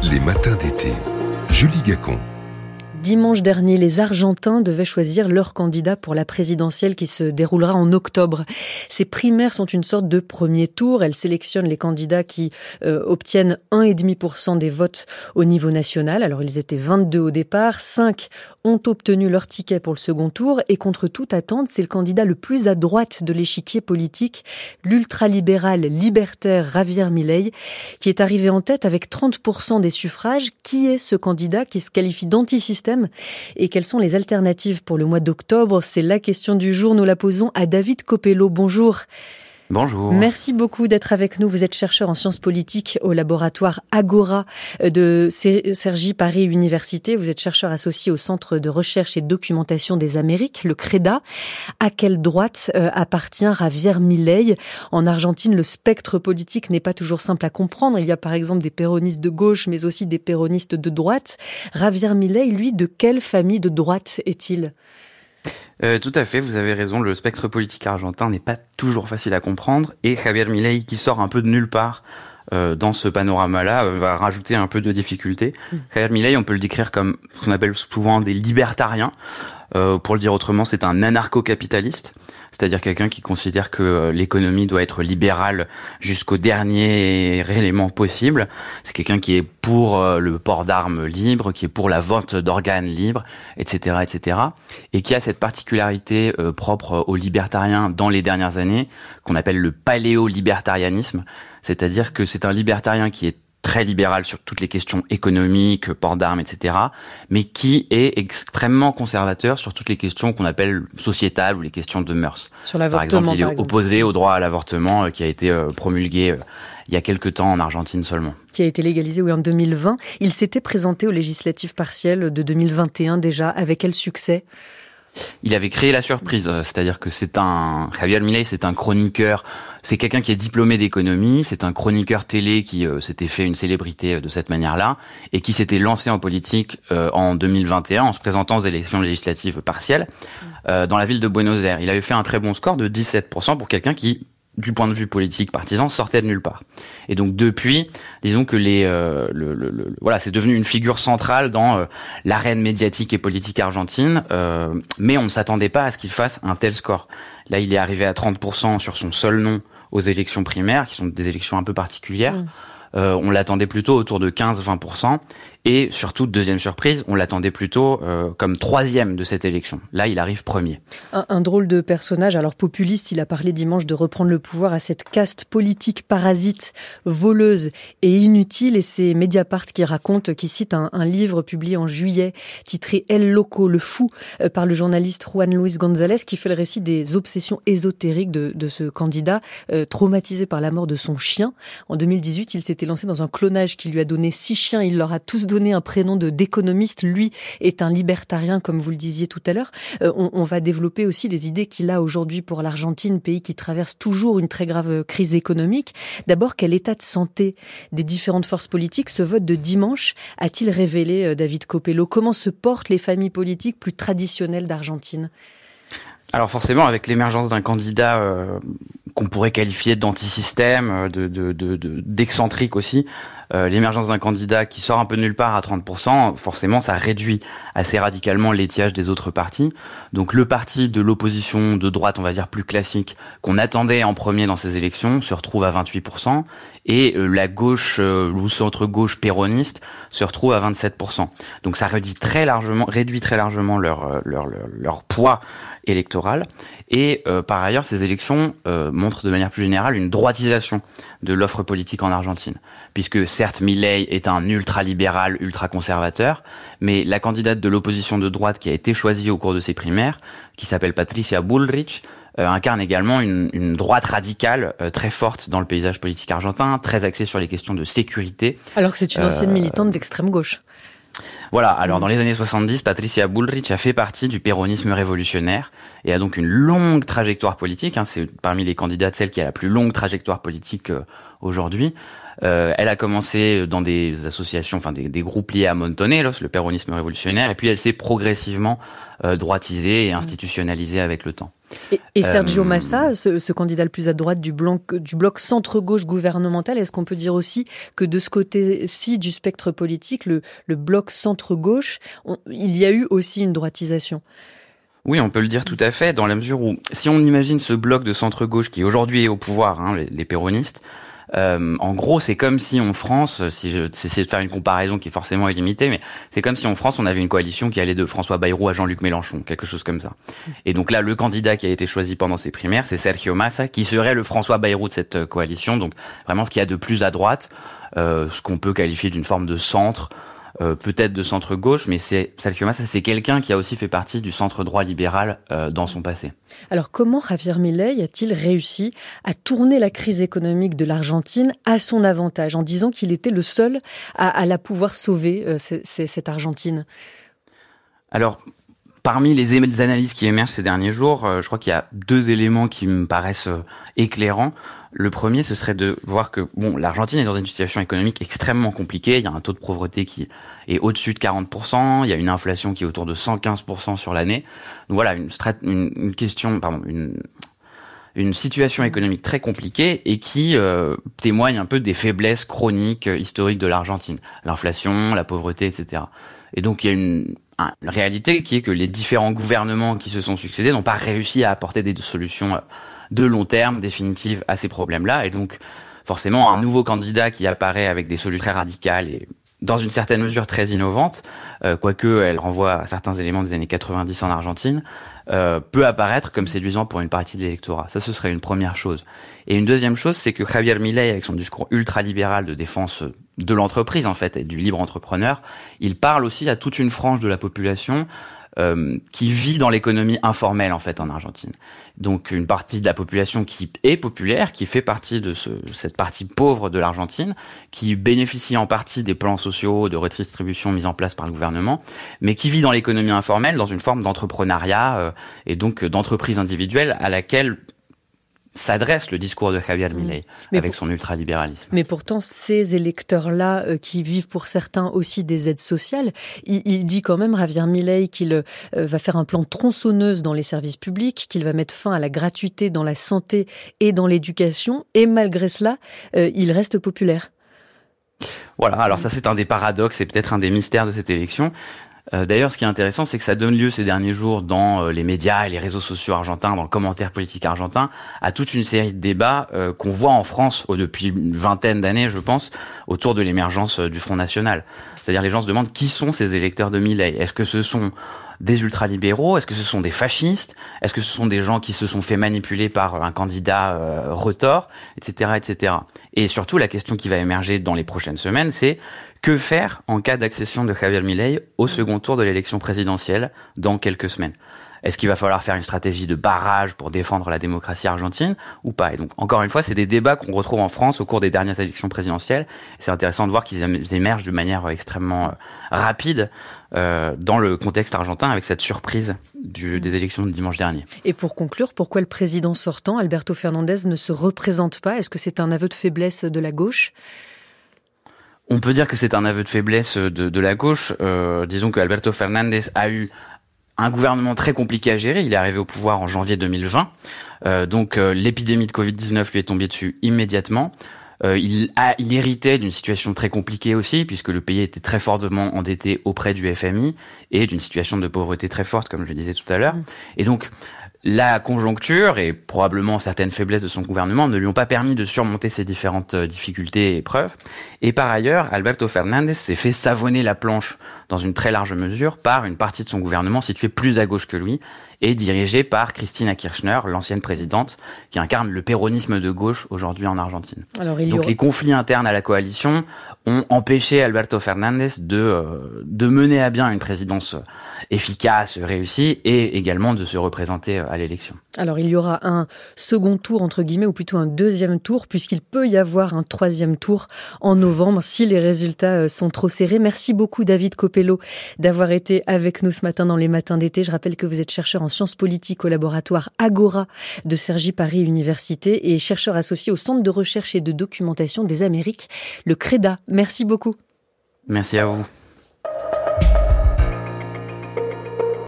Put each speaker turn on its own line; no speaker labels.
Les matins d'été. Julie Gacon.
Dimanche dernier, les Argentins devaient choisir leur candidat pour la présidentielle qui se déroulera en octobre. Ces primaires sont une sorte de premier tour. Elles sélectionnent les candidats qui obtiennent 1,5% des votes au niveau national. Alors, ils étaient 22 au départ. 5 ont obtenu leur ticket pour le second tour. Et contre toute attente, c'est le candidat le plus à droite de l'échiquier politique, l'ultralibéral libertaire Javier Milei, qui est arrivé en tête avec 30% des suffrages. Qui est ce candidat qui se qualifie d'antisystème ? Et quelles sont les alternatives pour le mois d'octobre ? C'est la question du jour. Nous la posons à David Copello. Bonjour.
Bonjour.
Merci beaucoup d'être avec nous. Vous êtes chercheur en sciences politiques au laboratoire Agora de Cergy Paris Université. Vous êtes chercheur associé au Centre de recherche et de documentation des Amériques, le CREDA. À quelle droite appartient Javier Milei ? En Argentine, le spectre politique n'est pas toujours simple à comprendre. Il y a par exemple des péronistes de gauche, mais aussi des péronistes de droite. Javier Milei, lui, de quelle famille de droite est-il ?
Tout à fait, vous avez raison, le spectre politique argentin n'est pas toujours facile à comprendre et Javier Milei, qui sort un peu de nulle part dans ce panorama-là, va rajouter un peu de difficulté. Javier Milei, on peut le décrire comme ce qu'on appelle souvent des libertariens. Pour le dire autrement, c'est un anarcho-capitaliste, c'est-à-dire quelqu'un qui considère que l'économie doit être libérale jusqu'au dernier élément possible. C'est quelqu'un qui est pour le port d'armes libre, qui est pour la vente d'organes libres, etc., etc., et qui a cette particularité propre aux libertariens dans les dernières années, qu'on appelle le paléo-libertarianisme, c'est-à-dire que c'est un libertarien qui est très libéral sur toutes les questions économiques, port d'armes, etc., mais qui est extrêmement conservateur sur toutes les questions qu'on appelle sociétales ou les questions de mœurs.
Sur l'avortement,
par exemple, il est opposé au droit à l'avortement qui a été promulgué il y a quelques temps en Argentine seulement.
Qui a été légalisé en 2020. Il s'était présenté aux législatives partielles de 2021 déjà. Avec quel succès ?
Il avait créé la surprise, c'est-à-dire que Javier Milei, c'est un chroniqueur, c'est quelqu'un qui est diplômé d'économie, c'est un chroniqueur télé qui s'était fait une célébrité de cette manière-là et qui s'était lancé en politique en 2021 en se présentant aux élections législatives partielles dans la ville de Buenos Aires. Il avait fait un très bon score de 17% pour quelqu'un qui, du point de vue politique partisan, sortait de nulle part. Et donc depuis, disons que voilà, c'est devenu une figure centrale dans l'arène médiatique et politique argentine, mais on ne s'attendait pas à ce qu'il fasse un tel score. Là, il est arrivé à 30% sur son seul nom aux élections primaires, qui sont des élections un peu particulières. On l'attendait plutôt autour de 15-20%. Et surtout, deuxième surprise, on l'attendait plutôt comme troisième de cette élection. Là, il arrive premier.
Un drôle de personnage. Alors populiste, il a parlé dimanche de reprendre le pouvoir à cette caste politique parasite, voleuse et inutile. Et c'est Mediapart qui cite un livre publié en juillet, titré El Loco, le fou, par le journaliste Juan Luis González, qui fait le récit des obsessions ésotériques de ce candidat, traumatisé par la mort de son chien. En 2018, il s'était lancé dans un clonage qui lui a donné 6 chiens. Il leur a tous donné un prénom d'économiste. Lui est un libertarien, comme vous le disiez tout à l'heure. On va développer aussi les idées qu'il a aujourd'hui pour l'Argentine, pays qui traverse toujours une très grave crise économique. D'abord, quel état de santé des différentes forces politiques ce vote de dimanche a-t-il révélé, David Copello ? Comment se portent les familles politiques plus traditionnelles d'Argentine ?
Alors forcément, avec l'émergence d'un candidat qu'on pourrait qualifier d'antisystème, d'excentrique aussi, l'émergence d'un candidat qui sort un peu de nulle part à 30%, forcément ça réduit assez radicalement l'étiage des autres partis. Donc le parti de l'opposition de droite, on va dire plus classique, qu'on attendait en premier dans ces élections, se retrouve à 28%, et la gauche ou centre-gauche péroniste se retrouve à 27%. Donc ça réduit très largement leur poids électoral. Et par ailleurs, ces élections montrent de manière plus générale une droitisation de l'offre politique en Argentine, puisque certes Milei est un ultra-libéral, ultra-conservateur, mais la candidate de l'opposition de droite qui a été choisie au cours de ces primaires, qui s'appelle Patricia Bullrich, incarne également une droite radicale très forte dans le paysage politique argentin, très axée sur les questions de sécurité.
Alors que c'est une ancienne militante d'extrême gauche.
Voilà, alors dans les années 70, Patricia Bullrich a fait partie du péronisme révolutionnaire et a donc une longue trajectoire politique. C'est parmi les candidates celle qui a la plus longue trajectoire politique aujourd'hui. Elle a commencé dans des associations, enfin des groupes liés à Montoneros, le péronisme révolutionnaire, et puis elle s'est progressivement droitisée et institutionnalisée avec le temps.
Et Sergio Massa, ce candidat le plus à droite du bloc centre-gauche gouvernemental, est-ce qu'on peut dire aussi que de ce côté-ci du spectre politique, le bloc centre-gauche, il y a eu aussi une droitisation?
Oui, on peut le dire tout à fait, dans la mesure où, si on imagine ce bloc de centre-gauche qui aujourd'hui est au pouvoir, les péronistes, en gros, c'est comme si en France, si j'essaie de faire une comparaison qui est forcément illimitée, mais c'est comme si en France, on avait une coalition qui allait de François Bayrou à Jean-Luc Mélenchon, quelque chose comme ça. Et donc là, le candidat qui a été choisi pendant ces primaires, c'est Sergio Massa, qui serait le François Bayrou de cette coalition, donc vraiment ce qu'il y a de plus à droite, ce qu'on peut qualifier d'une forme de centre, peut-être de centre-gauche, mais Sergio Massa, c'est quelqu'un qui a aussi fait partie du centre-droit libéral dans son passé.
Alors comment Javier Milei a-t-il réussi à tourner la crise économique de l'Argentine à son avantage, en disant qu'il était le seul à la pouvoir sauver, cette Argentine?
Alors, parmi les analyses qui émergent ces derniers jours, je crois qu'il y a 2 éléments qui me paraissent éclairants. Le premier, ce serait de voir que l'Argentine est dans une situation économique extrêmement compliquée. Il y a un taux de pauvreté qui est au-dessus de 40%. Il y a une inflation qui est autour de 115% sur l'année. Donc voilà, une situation économique très compliquée et qui témoigne un peu des faiblesses chroniques historiques de l'Argentine. L'inflation, la pauvreté, etc. Et donc il y a une réalité qui est que les différents gouvernements qui se sont succédés n'ont pas réussi à apporter des solutions de long terme, définitives à ces problèmes-là. Et donc, forcément, un nouveau candidat qui apparaît avec des solutions très radicales et dans une certaine mesure très innovantes, quoique elle renvoie à certains éléments des années 90 en Argentine, peut apparaître comme séduisant pour une partie de l'électorat. Ça, ce serait une première chose. Et une deuxième chose, c'est que Javier Milei, avec son discours ultralibéral de défense de l'entreprise, en fait, et du libre entrepreneur, il parle aussi à toute une frange de la population qui vit dans l'économie informelle, en fait, en Argentine. Donc, une partie de la population qui est populaire, qui fait partie de cette partie pauvre de l'Argentine, qui bénéficie en partie des plans sociaux de redistribution mis en place par le gouvernement, mais qui vit dans l'économie informelle, dans une forme d'entrepreneuriat et donc d'entreprise individuelle à laquelle s'adresse le discours de Javier Milei avec son ultralibéralisme.
Mais pourtant, ces électeurs-là qui vivent pour certains aussi des aides sociales, il dit quand même, Javier Milei, qu'il va faire un plan tronçonneuse dans les services publics, qu'il va mettre fin à la gratuité dans la santé et dans l'éducation, et malgré cela, il reste populaire.
Voilà, alors ça c'est un des paradoxes et peut-être un des mystères de cette élection. D'ailleurs, ce qui est intéressant, c'est que ça donne lieu ces derniers jours dans les médias et les réseaux sociaux argentins, dans le commentaire politique argentin, à toute une série de débats qu'on voit en France depuis une vingtaine d'années, je pense, autour de l'émergence du Front National. C'est-à-dire les gens se demandent qui sont ces électeurs de Milei. Est-ce que ce sont des ultralibéraux? Est-ce que ce sont des fascistes? Est-ce que ce sont des gens qui se sont fait manipuler par un candidat retors, etc., etc. Et surtout, la question qui va émerger dans les prochaines semaines, c'est que faire en cas d'accession de Javier Milei au second tour de l'élection présidentielle dans quelques semaines? Est-ce qu'il va falloir faire une stratégie de barrage pour défendre la démocratie argentine ou pas? Et donc, encore une fois, c'est des débats qu'on retrouve en France au cours des dernières élections présidentielles. C'est intéressant de voir qu'ils émergent de manière extrêmement rapide dans le contexte argentin avec cette surprise des élections de dimanche dernier.
Et pour conclure, pourquoi le président sortant, Alberto Fernandez, ne se représente pas? Est-ce que c'est un aveu de faiblesse de la gauche?
On peut dire que c'est un aveu de faiblesse de la gauche. Disons que Alberto Fernandez a eu un gouvernement très compliqué à gérer. Il est arrivé au pouvoir en janvier 2020. Donc l'épidémie de Covid-19 lui est tombée dessus immédiatement. Il héritait d'une situation très compliquée aussi, puisque le pays était très fortement endetté auprès du FMI et d'une situation de pauvreté très forte, comme je le disais tout à l'heure. Et donc, la conjoncture et probablement certaines faiblesses de son gouvernement ne lui ont pas permis de surmonter ces différentes difficultés et épreuves. Et par ailleurs, Alberto Fernandez s'est fait savonner la planche dans une très large mesure par une partie de son gouvernement située plus à gauche que lui et dirigée par Cristina Kirchner, l'ancienne présidente, qui incarne le péronisme de gauche aujourd'hui en Argentine. Donc les conflits internes à la coalition ont empêché Alberto Fernandez de mener à bien une présidence efficace, réussie et également de se représenter à à l'élection.
Alors il y aura un second tour, entre guillemets, ou plutôt un deuxième tour, puisqu'il peut y avoir un troisième tour en novembre si les résultats sont trop serrés. Merci beaucoup David Copello d'avoir été avec nous ce matin dans les matins d'été. Je rappelle que vous êtes chercheur en sciences politiques au laboratoire Agora de Cergy Paris Université et chercheur associé au Centre de recherche et de documentation des Amériques, le CREDA. Merci beaucoup.
Merci à vous.